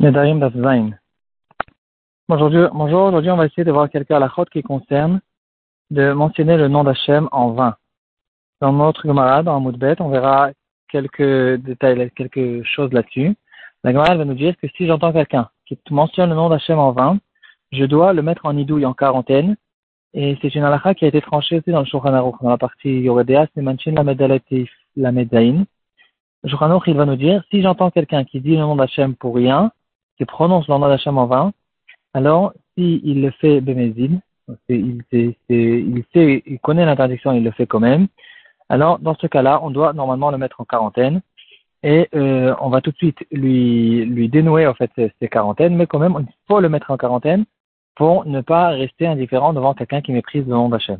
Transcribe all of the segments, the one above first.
Nedarim Daf Zayin. Aujourd'hui, on va essayer de voir quelques halakhot qui concernent de mentionner le nom d'Hachem en vain. Dans notre Gemara, dans Amud Bet, on verra quelques détails, quelque chose là-dessus. La Gemara va nous dire que si j'entends quelqu'un qui mentionne le nom d'Hachem en vain, je dois le mettre en idouille, en quarantaine. Et c'est une halakha qui a été tranchée aussi dans le Shulchan Aruch, dans la partie Yoredeas, Nemanchin la Medzaïn. Le Shulchan Aruch, il va nous dire, si j'entends quelqu'un qui dit le nom d'Hachem pour rien, qui prononce le nom d'Hachem en vain, alors, s'il le fait bémézine, il connaît l'interdiction, il le fait quand même. Alors, dans ce cas-là, on doit normalement le mettre en quarantaine et on va tout de suite lui dénouer en fait ses quarantaines, mais quand même, il faut le mettre en quarantaine pour ne pas rester indifférent devant quelqu'un qui méprise le nom d'Hachem.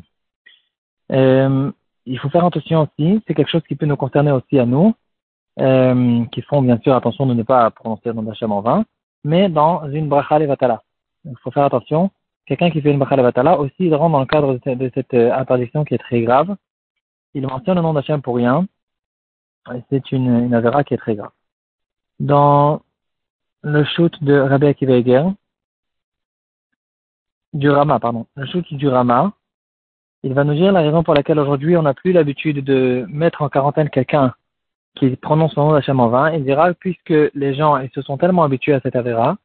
Il faut faire attention aussi, c'est quelque chose qui peut nous concerner aussi à nous, qui font bien sûr attention de ne pas prononcer le nom d'Hachem en vain, mais dans une bracha levatala. Il faut faire attention. Quelqu'un qui fait une bracha levatala aussi, il rentre dans le cadre de cette interdiction qui est très grave. Il mentionne le nom d'Hachem pour rien. Et c'est une avéra qui est très grave. Dans le shoot de Rabbi Akiva Eger, le shoot du Rama, il va nous dire la raison pour laquelle aujourd'hui on n'a plus l'habitude de mettre en quarantaine quelqu'un qui prononce le nom d'Hachem en vain. Il dira, puisque les gens ils se sont tellement habitués à cette avéra,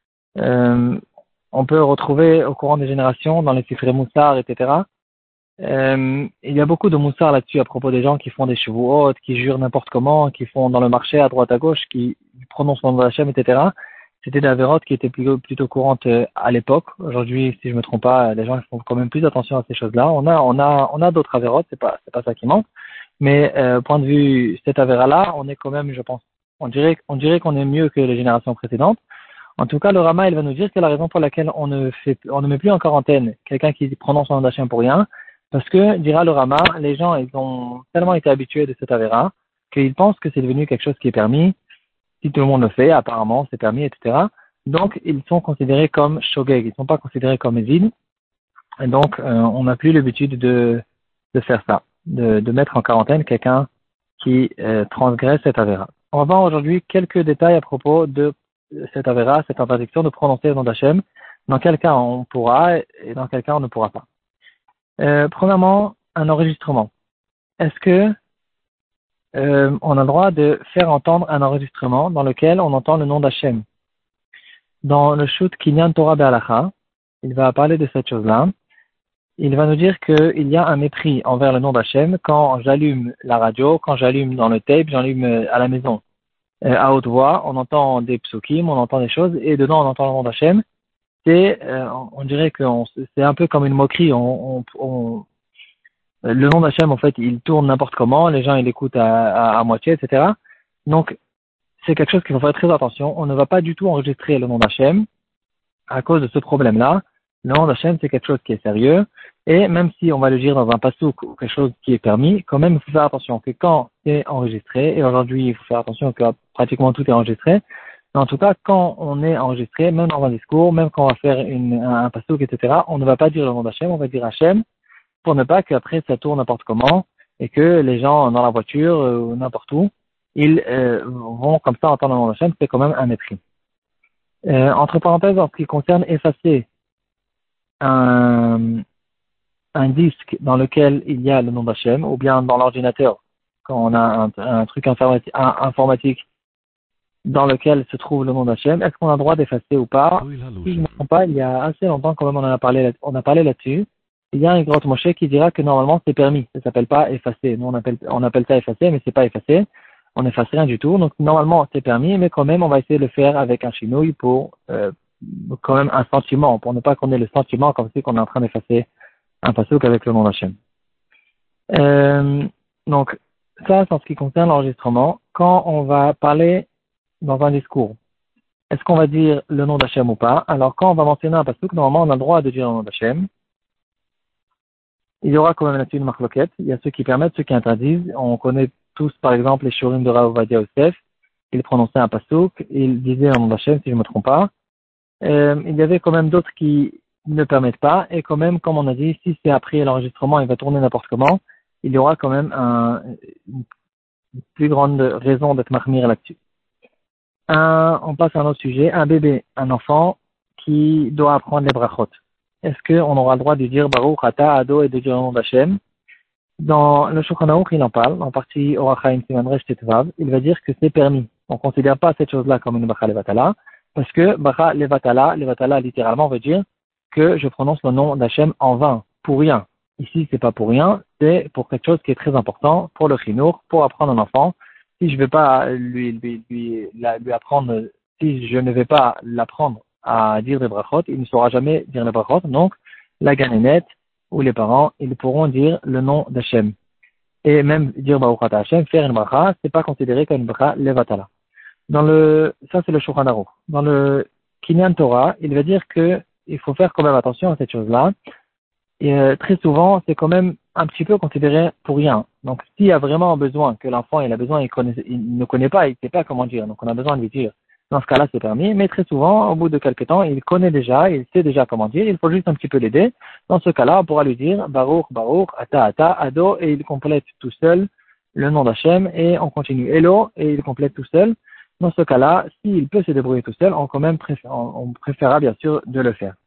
on peut retrouver au courant des générations, dans les Sifrei Moussar, etc. Il y a beaucoup de Moussar là-dessus à propos des gens qui font des Shavuot, qui jurent n'importe comment, qui font dans le marché à droite à gauche, qui prononcent le nom d'Hachem, etc. C'était des avérotes qui étaient plutôt courantes à l'époque. Aujourd'hui, si je me trompe pas, les gens font quand même plus attention à ces choses-là. On a d'autres avérotes, c'est pas ça qui manque. Mais point de vue cette avéra-là, on est quand même, je pense, on dirait qu'on est mieux que les générations précédentes. En tout cas, le Rama, il va nous dire que la raison pour laquelle on ne met plus en quarantaine quelqu'un qui prononce son nom d'Hachem pour rien, parce que, dira le Rama, les gens, ils ont tellement été habitués de cette avéra, qu'ils pensent que c'est devenu quelque chose qui est permis. Si tout le monde le fait, apparemment, c'est permis, etc. Donc, ils sont considérés comme shogeg, ils ne sont pas considérés comme ézides. Et donc, on n'a plus l'habitude de faire ça, de mettre en quarantaine quelqu'un qui transgresse cette avéra. On va voir aujourd'hui quelques détails à propos de cette avéra, cette interdiction de prononcer le nom d'Hachem, dans quel cas on pourra et dans quel cas on ne pourra pas. Premièrement, un enregistrement. Est-ce que on a le droit de faire entendre un enregistrement dans lequel on entend le nom d'Hachem? Dans le shoot Kinyan Torah Be'alacha, il va parler de cette chose-là. Il va nous dire qu'il y a un mépris envers le nom d'Hachem quand j'allume la radio, quand j'allume dans le tape, j'allume à la maison. À haute voix, on entend des psukim, on entend des choses, et dedans on entend le nom d'Hachem. On dirait que c'est un peu comme une moquerie. Le nom d'Hachem, en fait, il tourne n'importe comment, les gens ils l'écoutent à moitié, etc. Donc, c'est quelque chose qu'il faut faire très attention. On ne va pas du tout enregistrer le nom d'Hachem à cause de ce problème-là. Le nom d'Hachem, c'est quelque chose qui est sérieux. Et même si on va le dire dans un pasouk ou quelque chose qui est permis, quand même, il faut faire attention que quand c'est enregistré, et aujourd'hui, il faut faire attention que pratiquement tout est enregistré, mais en tout cas, quand on est enregistré, même dans un discours, même quand on va faire un pasouk, etc., on ne va pas dire le nom d'Hachem, on va dire Hachem, pour ne pas qu'après ça tourne n'importe comment, et que les gens dans la voiture ou n'importe où, ils vont comme ça entendre le nom d'Hachem, c'est quand même un mépris. Entre parenthèses, en ce qui concerne effacer un disque dans lequel il y a le nom d'Hachem, ou bien dans l'ordinateur, quand on a un truc informatique dans lequel se trouve le nom d'Hachem, est-ce qu'on a le droit d'effacer ou pas? Si je ne me trompe pas, il y a assez longtemps quand même on a parlé là-dessus. Il y a un grotte Moshe qui dira que normalement c'est permis, ça s'appelle pas effacer. Nous on appelle ça effacer, mais c'est pas effacer. On n'efface rien du tout. Donc normalement c'est permis, mais quand même on va essayer de le faire avec un chinouille pour quand même un sentiment, pour ne pas qu'on ait le sentiment comme si on est en train d'effacer un passouk avec le nom d'Hachem. Donc ça c'est en ce qui concerne l'enregistrement. Quand on va parler dans un discours, est-ce qu'on va dire le nom d'Hachem ou pas? Alors quand on va mentionner un passouk, normalement on a le droit de dire le nom d'Hachem. Il y aura quand même là-dessus une marloquette. Il y a ceux qui permettent, ceux qui interdisent. On connaît tous, par exemple, les shurim de Rav Ovadia Yosef. Il prononçait un pasouk, il disait le nom d'Hachem, si je ne me trompe pas. Il y avait quand même d'autres qui ne permettent pas. Et quand même, comme on a dit, si c'est après l'enregistrement, il va tourner n'importe comment, il y aura quand même une plus grande raison d'être mahmir là-dessus. On passe à un autre sujet, un bébé, un enfant qui doit apprendre les brachot. Est-ce qu'on aura le droit de dire Baruch Ata Ado et de dire le nom d'Hachem? Dans le Shulchan Aruch, il en parle, en partie Orach Chaim Siman Resh Tetvav, il va dire que c'est permis. On ne considère pas cette chose-là comme une Bracha Levatala, parce que Bracha Levatala littéralement veut dire que je prononce le nom d'Hachem en vain, pour rien. Ici, c'est pas pour rien, c'est pour quelque chose qui est très important, pour le chinour, pour apprendre un enfant. Si je vais pas lui apprendre, si je ne vais pas l'apprendre à dire des brachot, il ne saura jamais dire les brachot, donc la ganénette, ou les parents, ils pourront dire le nom d'Hachem. Et même dire Baruch Ata Hachem, faire une bracha, c'est pas considéré comme une bracha levatala. Ça c'est le Shulchan Aruch. Dans le Kinyan Torah, il va dire que il faut faire quand même attention à cette chose-là. Et très souvent, c'est quand même un petit peu considéré pour rien. Donc, s'il y a vraiment besoin, que l'enfant il a besoin, il ne connaît pas, il ne sait pas comment dire, donc on a besoin de lui dire. Dans ce cas-là, c'est permis. Mais très souvent, au bout de quelques temps, il connaît déjà, il sait déjà comment dire. Il faut juste un petit peu l'aider. Dans ce cas-là, on pourra lui dire Baruch, Baruch, Ata, Ata, Ado, et il complète tout seul le nom d'Hachem et on continue Elo et il complète tout seul. Dans ce cas-là, s'il peut se débrouiller tout seul, on préférera bien sûr de le faire.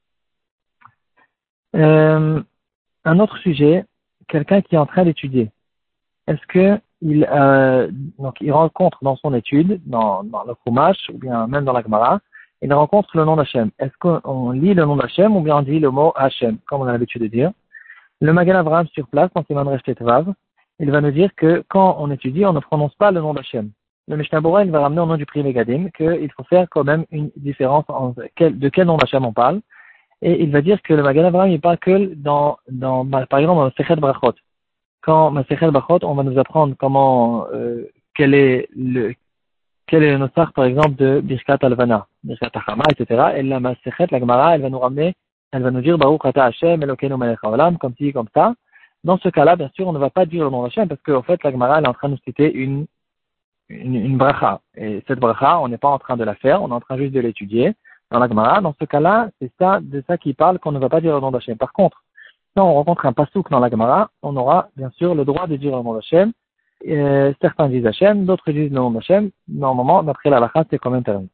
Euh, un autre sujet, quelqu'un qui est en train d'étudier. Est-ce que donc il rencontre dans son étude, dans le Chumash, ou bien même dans la Gemara, il rencontre le nom d'Hachem. Est-ce qu'on lit le nom d'Hachem ou bien on dit le mot Hachem, comme on a l'habitude de dire? Le Magen Avraham sur place, dans Siman Resh Tetvav, il va nous dire que quand on étudie, on ne prononce pas le nom d'Hachem. Le Mishnah Bora, il va ramener au nom du Pri Megadim qu'il faut faire quand même une différence entre de quel nom d'Hachem on parle. Et il va dire que le Magen Avraham, il parle que par exemple, dans le Sechet Brachot. Quand Masechet Brachot, on va nous apprendre comment, quel est le notar, par exemple, de Birkat Alvana, Birkat Achama, etc. Et la Masechet, la Gemara, elle va nous ramener, elle va nous dire Baruch Ata Hashem, Elokeinu Melech Haolam, comme ci, comme ça. Dans ce cas-là, bien sûr, on ne va pas dire le nom d'Hachem parce qu'en fait, la Gemara, elle est en train de nous citer une bracha. Et cette bracha, on n'est pas en train de la faire, on est en train juste de l'étudier dans la Gemara. Dans ce cas-là, c'est de ça qu'il parle qu'on ne va pas dire le nom d'Hachem. Par contre, si on rencontre un pasouk dans la Gemara, on aura bien sûr le droit de dire le nom d'Hachem. Certains disent Hachem, d'autres disent le nom d'Hachem. Normalement, d'après la halakha, c'est quand même permis.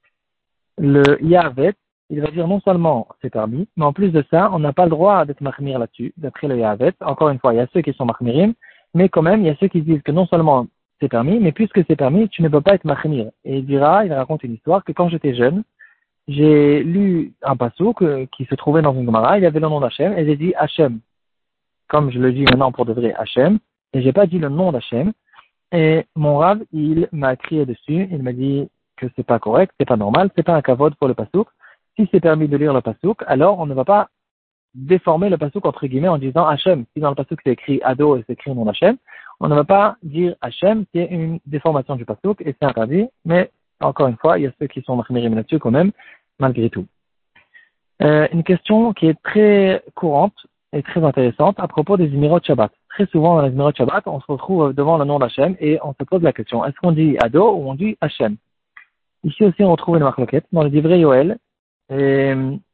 Le Yahavet, il va dire non seulement c'est permis, mais en plus de ça, on n'a pas le droit d'être mahmir là-dessus, d'après le Yahavet. Encore une fois, il y a ceux qui sont mahmirim, mais quand même, il y a ceux qui disent que non seulement c'est permis, mais puisque c'est permis, tu ne peux pas être mahmir. Et il raconte une histoire que quand j'étais jeune, j'ai lu un passouk qui se trouvait dans une Gemara, il y avait le nom d'Hachem, et j'ai dit Hachem, comme je le dis maintenant pour de vrai Hachem, et j'ai pas dit le nom d'Hachem, et mon Rav, il m'a crié dessus, il m'a dit que c'est pas correct, c'est pas normal, c'est pas un kavod pour le passouk. Si c'est permis de lire le passouk, alors on ne va pas déformer le passouk entre guillemets en disant Hachem. Si dans le passouk c'est écrit Ado et c'est écrit le nom d'Hachem, on ne va pas dire Hachem, qui est une déformation du passouk, et c'est interdit, mais encore une fois, il y a ceux qui sont mahmirim là-dessus quand même, malgré tout. Une question qui est très courante et très intéressante à propos des Imirot Shabbat. Très souvent dans les Imirot Shabbat, on se retrouve devant le nom d'Hachem et on se pose la question, est-ce qu'on dit Ado ou on dit Hachem? Ici aussi on retrouve une marloquette dans le Divrei Yoel. Et,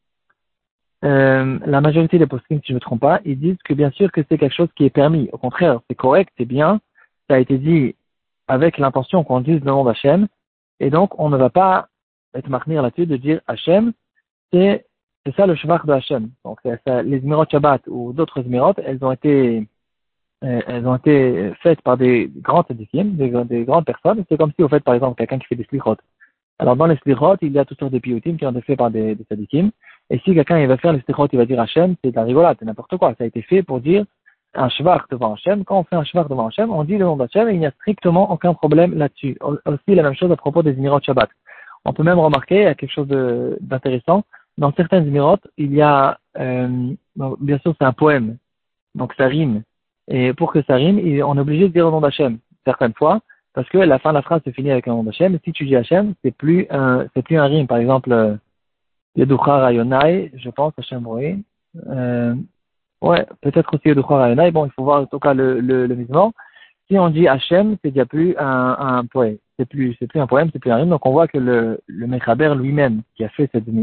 la majorité des poskim, si je ne me trompe pas, ils disent que bien sûr que c'est quelque chose qui est permis. Au contraire, c'est correct, c'est bien. Ça a été dit avec l'intention qu'on dise le nom d'Hachem. Et donc on ne va pas être marmire là-dessus de dire Hachem. C'est ça le shvach de Hachem. Donc les Zmirot Shabbat ou d'autres Zmirot, elles ont été faites par des grands tzadikim, des grandes personnes. C'est comme si vous faites par exemple quelqu'un qui fait des slichot. Alors dans les slichot, il y a toutes sortes de piyutim qui ont été faits par des tzadikim. Et si quelqu'un il va faire les slichot, il va dire Hachem, c'est de la rigolade, c'est n'importe quoi. Ça a été fait pour dire un shvach devant Hachem. Quand on fait un shvach devant Hachem, on dit le nom d'Hachem et il n'y a strictement aucun problème là-dessus. Aussi la même chose à propos des Zmirot Shabbat. On peut même remarquer, il y a quelque chose d'intéressant. Dans certaines Zmirot, il y a, bien sûr, c'est un poème. Donc, ça rime. Et pour que ça rime, on est obligé de dire le nom d'Hachem, certaines fois, parce que la fin de la phrase se finit avec un nom d'Hachem. Et si tu dis Hachem, c'est plus un rime. Par exemple, Yeducha Rayonai, je pense, Hachem Roé. Ouais, peut-être aussi Yeducha Rayonai. Bon, il faut voir en tout cas le misement. Si on dit Hachem, c'est déjà plus un poème. C'est plus un poème, c'est plus un rime. Donc on voit que le Mechaber lui-même, qui a fait cette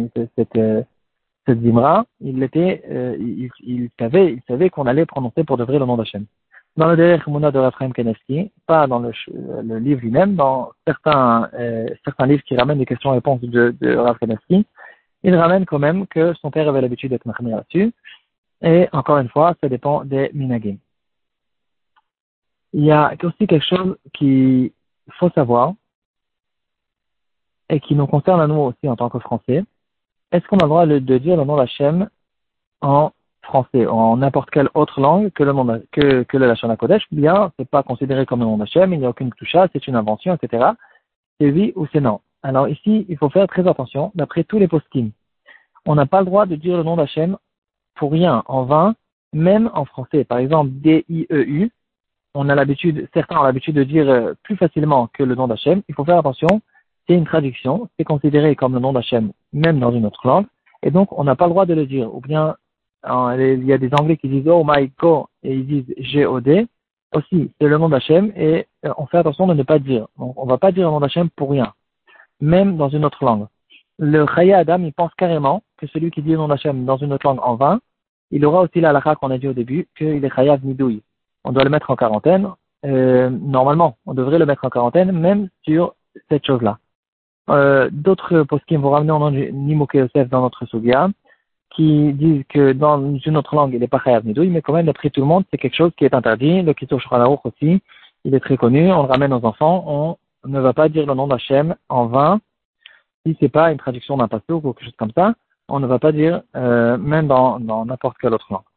zimra, il savait qu'on allait prononcer pour de vrai le nom d'Hachem. Dans le Derech Mouna de Raphaël Kanevski, pas dans le livre lui-même, dans certains livres qui ramènent des questions-réponses de Rav Kanevski, il ramène quand même que son père avait l'habitude d'être marmé là-dessus. Et encore une fois, ça dépend des minagim. Il y a aussi quelque chose qu'il faut savoir et qui nous concerne à nous aussi en tant que Français. Est-ce qu'on a le droit de dire le nom d'Hachem en français, en n'importe quelle autre langue que le nom que le Lashon HaKodesh? Ou bien c'est pas considéré comme le nom d'Hachem, il n'y a aucune toucha, c'est une invention, etc. C'est oui ou c'est non. Alors ici, il faut faire très attention. D'après tous les poskim, on n'a pas le droit de dire le nom d'Hachem pour rien, en vain, même en français. Par exemple, D-I-E-U, certains ont l'habitude de dire plus facilement que le nom d'Hachem. Il faut faire attention, c'est une traduction, c'est considéré comme le nom d'Hachem, même dans une autre langue, et donc on n'a pas le droit de le dire. Ou bien, il y a des Anglais qui disent oh my God et ils disent G-O-D. Aussi, c'est le nom d'Hachem et on fait attention de ne pas dire. Donc, on ne va pas dire le nom d'Hachem pour rien, même dans une autre langue. Le Chaya Adam, il pense carrément que celui qui dit le nom d'Hachem dans une autre langue en vain, il aura aussi la halakha qu'on a dit au début, qu'il est Chayav Nidouille. On doit le mettre en quarantaine. Normalement, on devrait le mettre en quarantaine, même sur cette chose-là. D'autres poskim vont ramener au nom du Nimoke Yosef dans notre Sugia, qui disent que dans une autre langue, il n'est pas Chayav Nidouille, mais quand même, d'après tout le monde, c'est quelque chose qui est interdit. Le Kitur Shulchan Aruch aussi, il est très connu, on le ramène aux enfants, on ne va pas dire le nom d'Hachem en vain, si c'est pas une traduction d'un pasteur ou quelque chose comme ça, on ne va pas dire, même dans n'importe quelle autre langue.